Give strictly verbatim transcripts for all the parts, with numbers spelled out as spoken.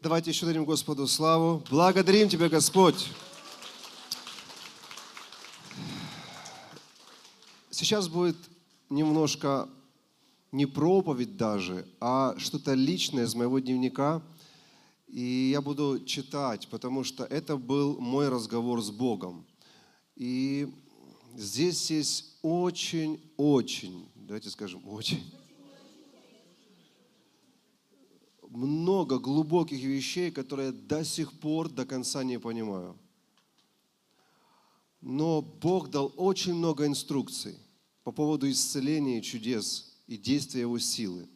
Давайте еще дадим Господу славу. Благодарим Тебя, Господь. Сейчас будет немножко не проповедь даже, а что-то личное из моего дневника. И я буду читать, потому что это был мой разговор с Богом. И здесь есть очень-очень, давайте скажем, очень много глубоких вещей, которые я до сих пор до конца не понимаю. Но Бог дал очень много инструкций по поводу исцеления и чудес и действия Его силы.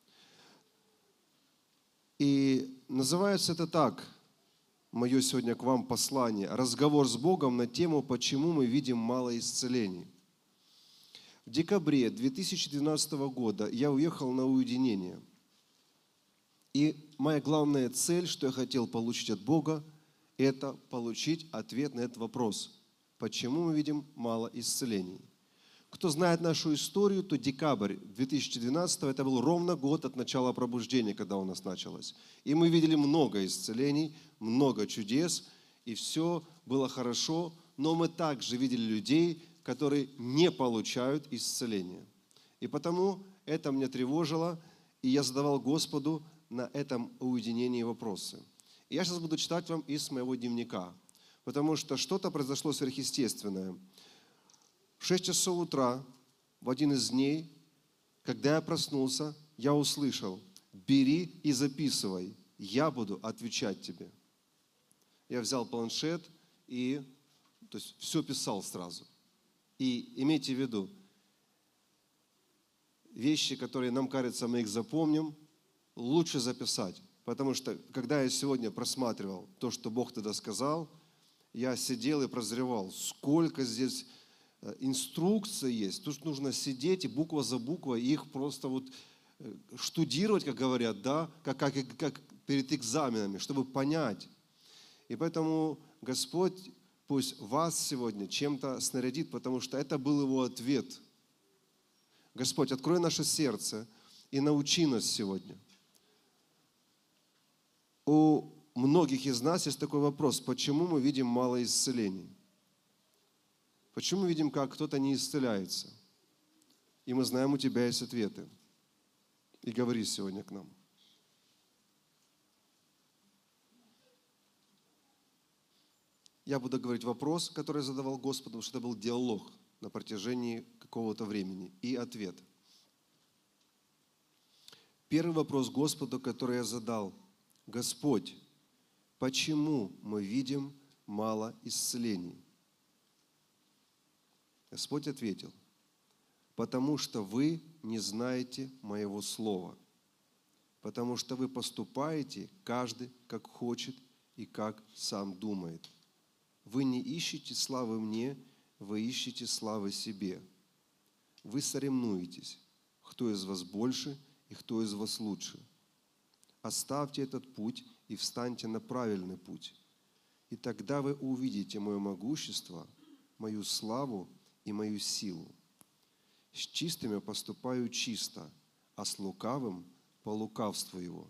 И называется это так, мое сегодня к вам послание, разговор с Богом на тему «Почему мы видим мало исцелений». В декабре две тысячи двенадцатого года я уехал на уединение. И моя главная цель, что я хотел получить от Бога, это получить ответ на этот вопрос. Почему мы видим мало исцелений? Кто знает нашу историю, то декабрь две тысячи двенадцатого, это был ровно год от начала пробуждения, когда у нас началось. И мы видели много исцелений, много чудес, и все было хорошо, но мы также видели людей, которые не получают исцеления. И потому это меня тревожило, и я задавал Господу на этом уединении вопросы. И я сейчас буду читать вам из моего дневника, потому что что-то произошло сверхъестественное. В шесть часов утра, в один из дней, когда я проснулся, я услышал: «Бери и записывай, я буду отвечать тебе». Я взял планшет и то есть, все писал сразу. И имейте в виду, вещи, которые нам кажется, мы их запомним, лучше записать. Потому что, когда я сегодня просматривал то, что Бог тогда сказал, я сидел и прозревал, сколько здесь инструкций есть. Тут нужно сидеть и буква за буквой их просто вот штудировать, как говорят, да, как, как, как перед экзаменами, чтобы понять. И поэтому Господь пусть вас сегодня чем-то снарядит, потому что это был Его ответ. Господь, открой наше сердце и научи нас сегодня. У многих из нас есть такой вопрос: почему мы видим мало исцелений? Почему мы видим, как кто-то не исцеляется? И мы знаем, у тебя есть ответы. И говори сегодня к нам. Я буду говорить вопрос, который я задавал Господу, потому что это был диалог на протяжении какого-то времени. И ответ. Первый вопрос Господу, который я задал: Господь, почему мы видим мало исцелений? Господь ответил: потому что вы не знаете моего слова, потому что вы поступаете каждый как хочет и как сам думает. Вы не ищете славы мне, вы ищете славы себе. Вы соревнуетесь, кто из вас больше и кто из вас лучше. Оставьте этот путь и встаньте на правильный путь. И тогда вы увидите мое могущество, мою славу и мою силу. С чистыми поступаю чисто, а с лукавым по лукавству его.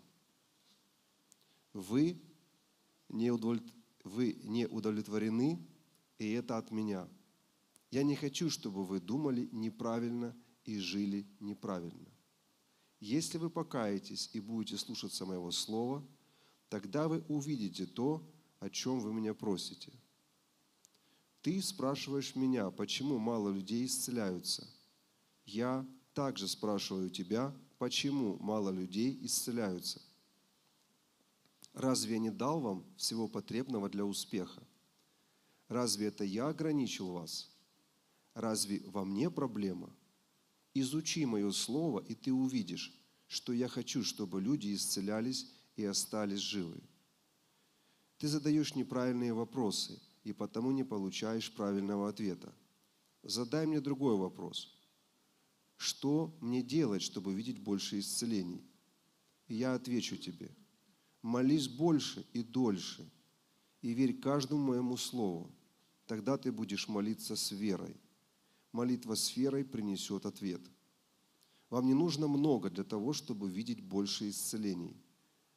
Вы не, удовлет... вы не удовлетворены, и это от меня. Я не хочу, чтобы вы думали неправильно и жили неправильно. Если вы покаетесь и будете слушаться моего слова, тогда вы увидите то, о чем вы меня просите. Ты спрашиваешь меня, почему мало людей исцеляются. Я также спрашиваю тебя, почему мало людей исцеляются. Разве я не дал вам всего потребного для успеха? Разве это я ограничил вас? Разве во мне проблема? Изучи мое слово, и ты увидишь, что я хочу, чтобы люди исцелялись и остались живы. Ты задаешь неправильные вопросы, и потому не получаешь правильного ответа. Задай мне другой вопрос. Что мне делать, чтобы видеть больше исцелений? И я отвечу тебе. Молись больше и дольше, и верь каждому моему слову. Тогда ты будешь молиться с верой. Молитва с верой принесет ответ. Вам не нужно много для того, чтобы видеть больше исцелений.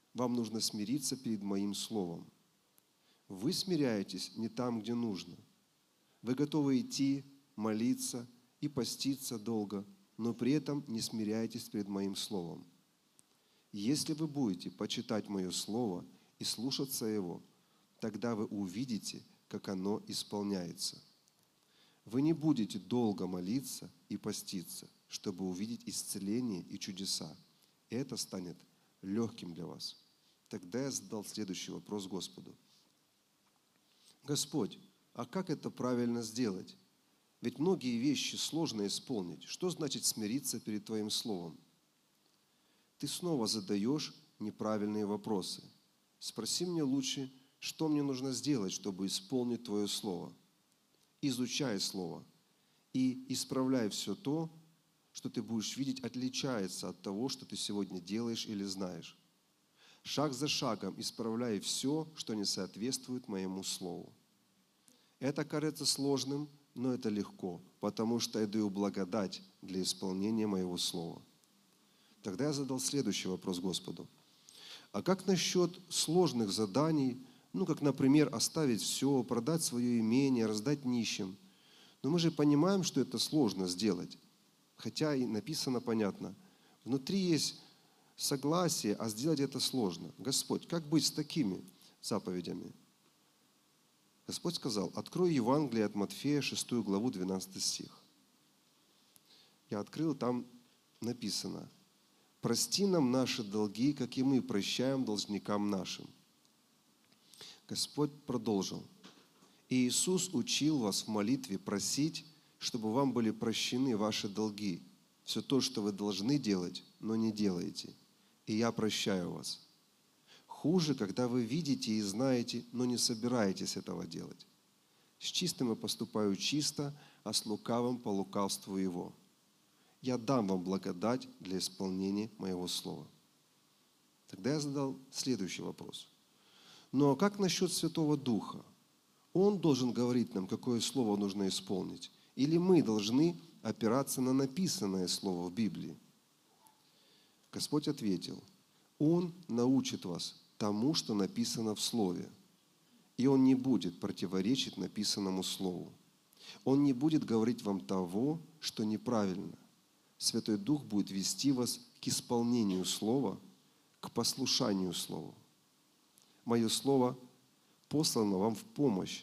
Вам нужно смириться перед Моим Словом. Вы смиряетесь не там, где нужно. Вы готовы идти, молиться и поститься долго, но при этом не смиряетесь перед Моим Словом. Если вы будете почитать Мое Слово и слушаться Его, тогда вы увидите, как оно исполняется. Вы не будете долго молиться и поститься, чтобы увидеть исцеление и чудеса. Это станет легким для вас. Тогда я задал следующий вопрос Господу. Господь, а как это правильно сделать? Ведь многие вещи сложно исполнить. Что значит смириться перед Твоим Словом? Ты снова задаешь неправильные вопросы. Спроси меня лучше, что мне нужно сделать, чтобы исполнить Твое Слово. Изучай Слово и исправляй все то, что ты будешь видеть, отличается от того, что ты сегодня делаешь или знаешь. Шаг за шагом исправляй все, что не соответствует Моему Слову. Это кажется сложным, но это легко, потому что я даю благодать для исполнения Моего Слова. Тогда я задал следующий вопрос Господу. А как насчет сложных заданий, ну, как, например, оставить все, продать свое имение, раздать нищим? Но мы же понимаем, что это сложно сделать. Хотя и написано понятно. Внутри есть согласие, а сделать это сложно. Господь, как быть с такими заповедями? Господь сказал, открой Евангелие от Матфея, шестую главу, двенадцатый стих. Я открыл, там написано, прости нам наши долги, как и мы прощаем должникам нашим. Господь продолжил. И Иисус учил вас в молитве просить, чтобы вам были прощены ваши долги. Все то, что вы должны делать, но не делаете. И я прощаю вас. Хуже, когда вы видите и знаете, но не собираетесь этого делать. С чистым я поступаю чисто, а с лукавым по лукавству его. Я дам вам благодать для исполнения Моего Слова. Тогда я задал следующий вопрос. Ну а как насчет Святого Духа? Он должен говорить нам, какое слово нужно исполнить. Или мы должны опираться на написанное слово в Библии? Господь ответил, Он научит вас тому, что написано в Слове. И Он не будет противоречить написанному Слову. Он не будет говорить вам того, что неправильно. Святой Дух будет вести вас к исполнению Слова, к послушанию Слову. Мое Слово послано вам в помощь,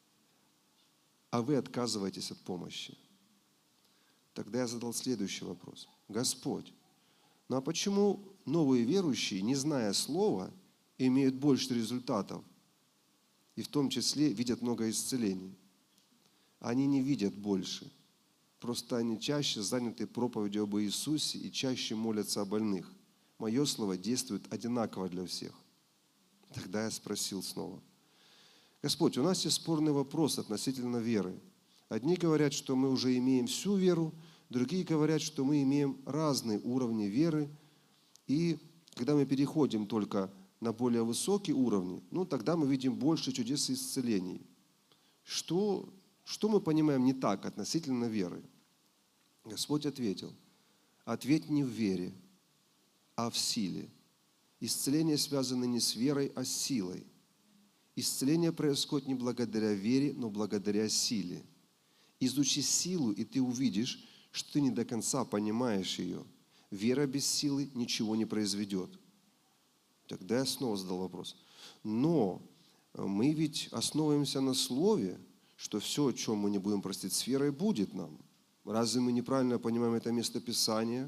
а вы отказываетесь от помощи. Тогда я задал следующий вопрос. Господь, ну а почему новые верующие, не зная Слова, имеют больше результатов и в том числе видят много исцелений? Они не видят больше. Просто они чаще заняты проповедью об Иисусе и чаще молятся о больных. Мое слово действует одинаково для всех. Тогда я спросил снова. Господь, у нас есть спорный вопрос относительно веры. Одни говорят, что мы уже имеем всю веру, другие говорят, что мы имеем разные уровни веры. И когда мы переходим только на более высокие уровни, ну тогда мы видим больше чудес и исцелений. Что, что мы понимаем не так относительно веры? Господь ответил, ответь не в вере, а в силе. Исцеление связано не с верой, а с силой. Исцеление происходит не благодаря вере, но благодаря силе. Изучи силу, и ты увидишь, что ты не до конца понимаешь ее. Вера без силы ничего не произведет. Тогда я снова задал вопрос. Но мы ведь основываемся на слове, что все, о чем мы не будем просить с верой, будет нам. Разве мы неправильно понимаем это местописание?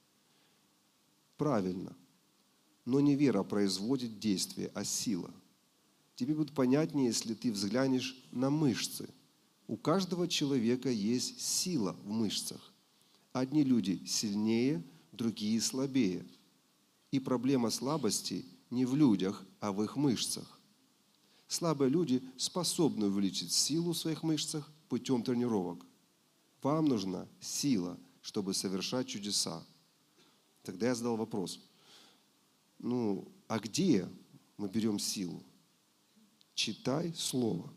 Правильно. Но не вера производит действие, а сила. Тебе будет понятнее, если ты взглянешь на мышцы. У каждого человека есть сила в мышцах. Одни люди сильнее, другие слабее. И проблема слабости не в людях, а в их мышцах. Слабые люди способны увеличить силу в своих мышцах путем тренировок. Вам нужна сила, чтобы совершать чудеса. Тогда я задал вопрос. Ну, а где мы берем силу? Читай Слово.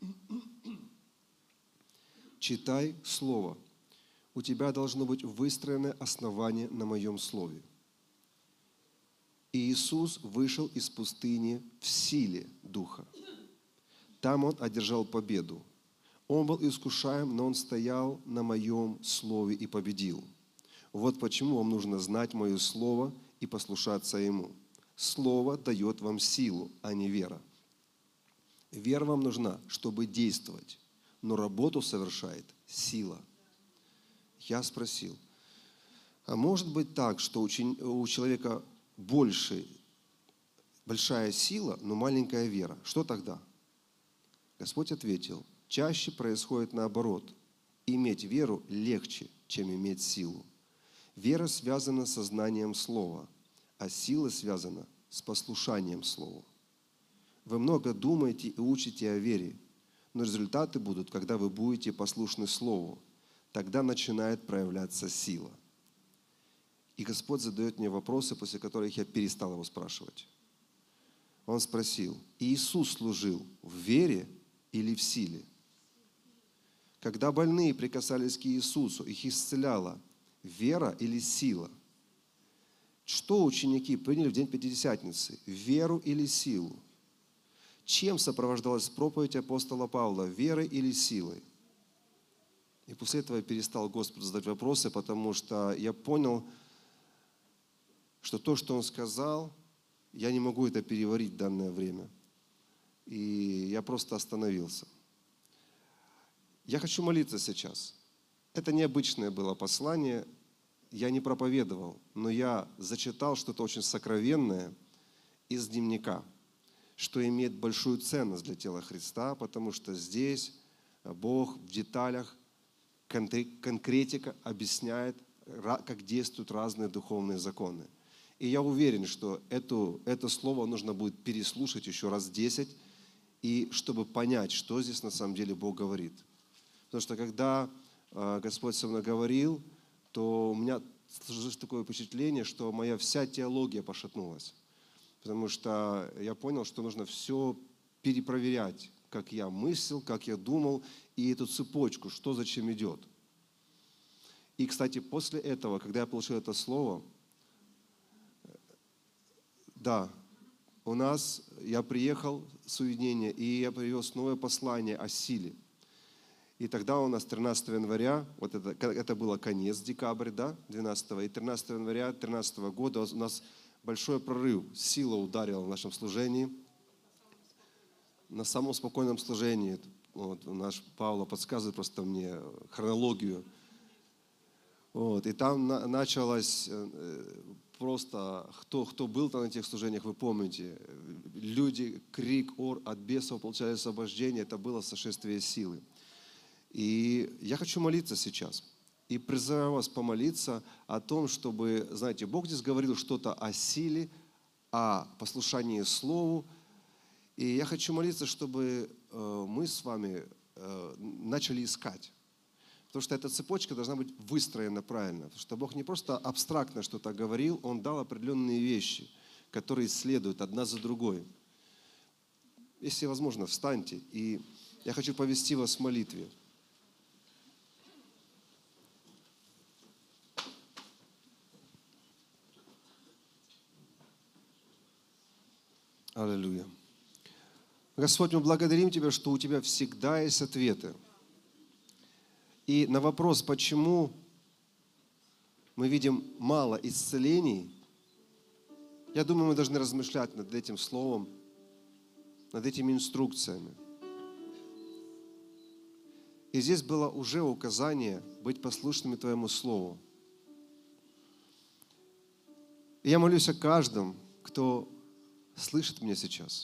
Читай Слово. У тебя должно быть выстроенное основание на Моем Слове. И Иисус вышел из пустыни в силе Духа. Там Он одержал победу. Он был искушаем, но Он стоял на моем слове и победил. Вот почему вам нужно знать мое слово и послушаться ему. Слово дает вам силу, а не вера. Вера вам нужна, чтобы действовать, но работу совершает сила. Я спросил, а может быть так, что у человека больше, большая сила, но маленькая вера? Что тогда? Господь ответил, чаще происходит наоборот. Иметь веру легче, чем иметь силу. Вера связана со знанием Слова, а сила связана с послушанием Слову. Вы много думаете и учите о вере, но результаты будут, когда вы будете послушны Слову. Тогда начинает проявляться сила. И Господь задает мне вопросы, после которых я перестал его спрашивать. Он спросил, Иисус служил в вере или в силе? Когда больные прикасались к Иисусу, их исцеляла вера или сила? Что ученики приняли в день Пятидесятницы? Веру или силу? Чем сопровождалась проповедь апостола Павла? Верой или силой? И после этого я перестал Господу задать вопросы, потому что я понял, что то, что Он сказал, я не могу это переварить в данное время. И я просто остановился. Я хочу молиться сейчас. Это необычное было послание. Я не проповедовал, но я зачитал что-то очень сокровенное из дневника, что имеет большую ценность для тела Христа, потому что здесь Бог в деталях, конкретика объясняет, как действуют разные духовные законы. И я уверен, что эту, это слово нужно будет переслушать еще раз десять, и чтобы понять, что здесь на самом деле Бог говорит. Потому что когда Господь со мной говорил, то у меня сложилось такое впечатление, что моя вся теология пошатнулась. Потому что я понял, что нужно все перепроверять, как я мыслил, как я думал, и эту цепочку, что зачем идет. И, кстати, после этого, когда я получил это слово, да, у нас, я приехал с уединения, и я привез новое послание о силе. И тогда у нас тринадцатого января, вот это, это было конец декабря, да, двенадцатого, и тринадцатого января две тысячи тринадцатого года у нас большой прорыв, сила ударила в нашем служении, на самом спокойном служении. Вот, наш Павло подсказывает просто мне хронологию. Вот, и там на, началось просто, кто, кто был там на этих служениях, вы помните, люди, крик, ор, от бесов получали освобождение, это было сошествие силы. И я хочу молиться сейчас. И призываю вас помолиться о том, чтобы, знаете, Бог здесь говорил что-то о силе, о послушании Слову. И я хочу молиться, чтобы мы с вами начали искать. Потому что эта цепочка должна быть выстроена правильно. Потому что Бог не просто абстрактно что-то говорил, Он дал определенные вещи, которые следуют одна за другой. Если возможно, встаньте. И я хочу повести вас в молитве. Аллилуйя. Господь, мы благодарим Тебя, что у Тебя всегда есть ответы. И на вопрос, почему мы видим мало исцелений, я думаю, мы должны размышлять над этим словом, над этими инструкциями. И здесь было уже указание быть послушными Твоему Слову. И я молюсь о каждом, кто слышит меня сейчас,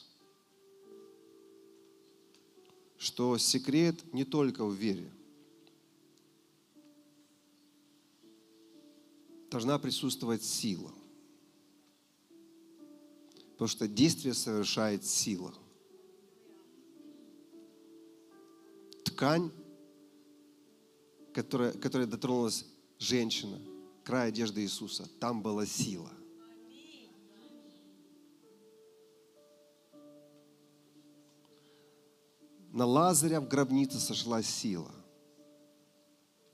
что секрет не только в вере. Должна присутствовать сила. Потому что действие совершает сила. Ткань, которая, которая дотронулась женщина, край одежды Иисуса, там была сила. На Лазаря в гробнице сошла сила.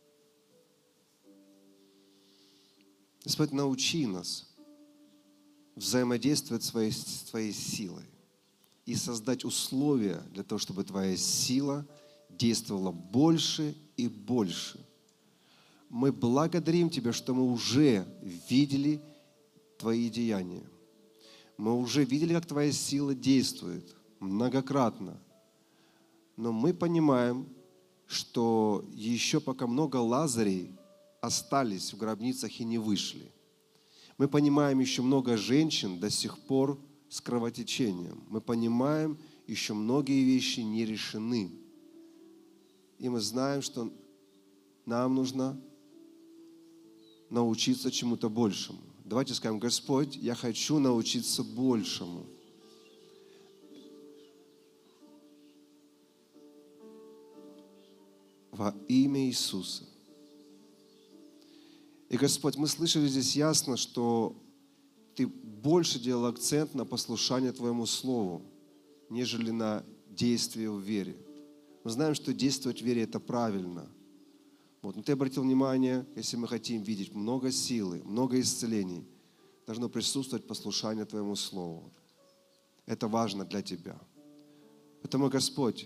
Господь, научи нас взаимодействовать своей, своей силой и создать условия для того, чтобы твоя сила действовала больше и больше. Мы благодарим Тебя, что мы уже видели Твои деяния. Мы уже видели, как Твоя сила действует многократно. Но мы понимаем, что еще пока много Лазарей остались в гробницах и не вышли. Мы понимаем, еще много женщин до сих пор с кровотечением. Мы понимаем, еще многие вещи не решены. И мы знаем, что нам нужно научиться чему-то большему. Давайте скажем: Господь, я хочу научиться большему. Во имя Иисуса. И, Господь, мы слышали здесь ясно, что Ты больше делал акцент на послушание Твоему Слову, нежели на действие в вере. Мы знаем, что действовать в вере – это правильно. Вот. Но Ты обратил внимание, если мы хотим видеть много силы, много исцелений, должно присутствовать послушание Твоему Слову. Это важно для Тебя. Поэтому, Господь,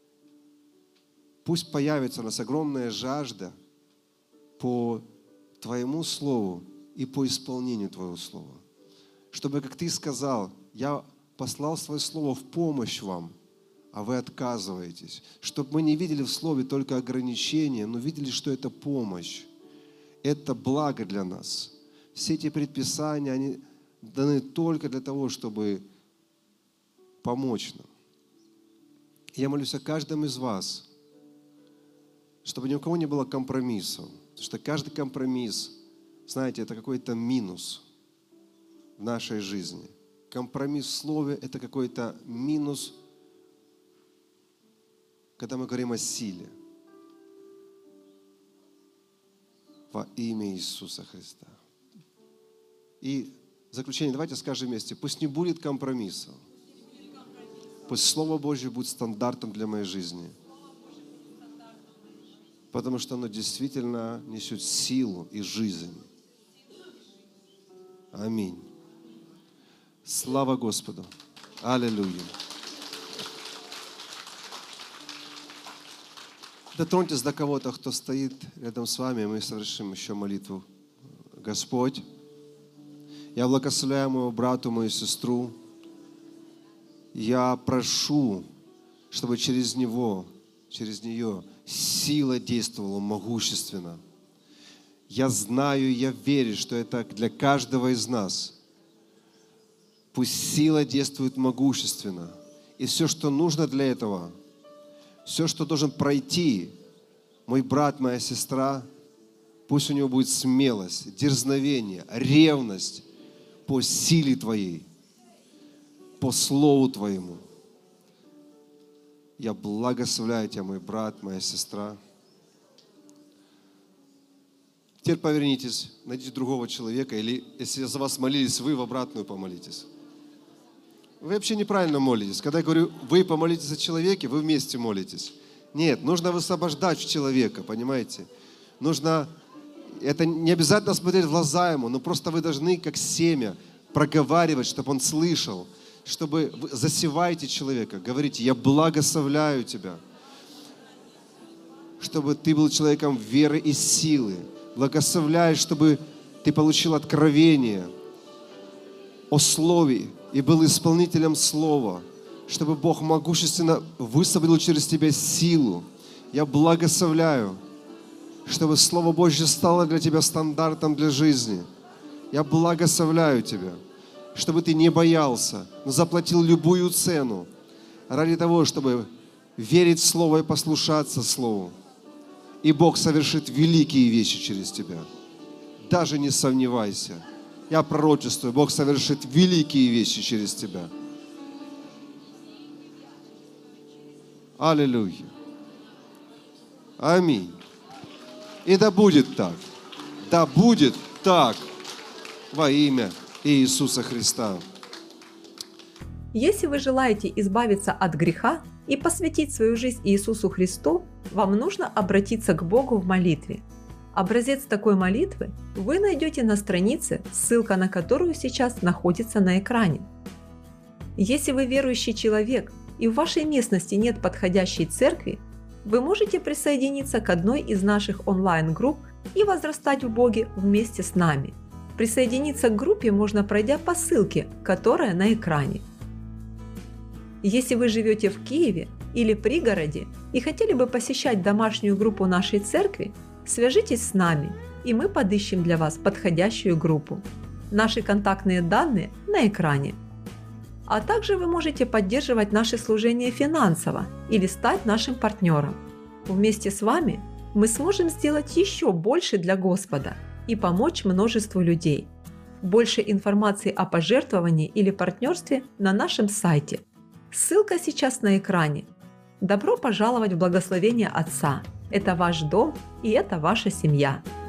пусть появится у нас огромная жажда по Твоему Слову и по исполнению Твоего Слова. Чтобы, как Ты сказал, я послал Свое Слово в помощь вам, а вы отказываетесь. Чтобы мы не видели в Слове только ограничения, но видели, что это помощь. Это благо для нас. Все эти предписания, они даны только для того, чтобы помочь нам. Я молюсь о каждом из вас, чтобы ни у кого не было компромиссов. Потому что каждый компромисс, знаете, это какой-то минус в нашей жизни. Компромисс в слове – это какой-то минус, когда мы говорим о силе. Во имя Иисуса Христа. И в заключение давайте скажем вместе: пусть не будет компромиссов. Пусть Слово Божье будет стандартом для моей жизни. Потому что оно действительно несет силу и жизнь. Аминь. Слава Господу. Аллилуйя. Дотроньтесь до кого-то, кто стоит рядом с вами, и мы совершим еще молитву. Господь, я благословляю моего брата, мою сестру. Я прошу, чтобы через него, через нее сила действовала могущественно. Я знаю, я верю, что это для каждого из нас. Пусть сила действует могущественно. И все, что нужно для этого, все, что должен пройти мой брат, моя сестра, пусть у него будет смелость, дерзновение, ревность по силе Твоей, по Слову Твоему. Я благословляю Тебя, мой брат, моя сестра. Теперь повернитесь, найдите другого человека, или если за вас молились, вы в обратную помолитесь. Вы вообще неправильно молитесь. Когда я говорю, вы помолитесь за человека, вы вместе молитесь. Нет, нужно высвобождать человека, понимаете? Нужно, это не обязательно смотреть в глаза ему, но просто вы должны, как семя, проговаривать, чтобы он слышал, чтобы вы засеваете человека, говорите: я благословляю тебя, чтобы ты был человеком веры и силы. Благословляю, чтобы ты получил откровение о Слове и был исполнителем Слова, чтобы Бог могущественно высвободил через тебя силу. Я благословляю, чтобы Слово Божье стало для тебя стандартом для жизни. Я благословляю тебя, чтобы ты не боялся, но заплатил любую цену ради того, чтобы верить в Слово и послушаться Слову. И Бог совершит великие вещи через тебя. Даже не сомневайся. Я пророчествую, Бог совершит великие вещи через тебя. Аллилуйя. Аминь. И да будет так. Да будет так. Во имя Иисуса Христа. Если вы желаете избавиться от греха и посвятить свою жизнь Иисусу Христу, вам нужно обратиться к Богу в молитве. Образец такой молитвы вы найдете на странице, ссылка на которую сейчас находится на экране. Если вы верующий человек и в вашей местности нет подходящей церкви, вы можете присоединиться к одной из наших онлайн-групп и возрастать в Боге вместе с нами. Присоединиться к группе можно, пройдя по ссылке, которая на экране. Если вы живете в Киеве или пригороде и хотели бы посещать домашнюю группу нашей церкви, свяжитесь с нами, и мы подыщем для вас подходящую группу. Наши контактные данные на экране. А также вы можете поддерживать наше служение финансово или стать нашим партнером. Вместе с вами мы сможем сделать еще больше для Господа и помочь множеству людей. Больше информации о пожертвовании или партнерстве на нашем сайте. Ссылка сейчас на экране. Добро пожаловать в благословение Отца. Это ваш дом и это ваша семья.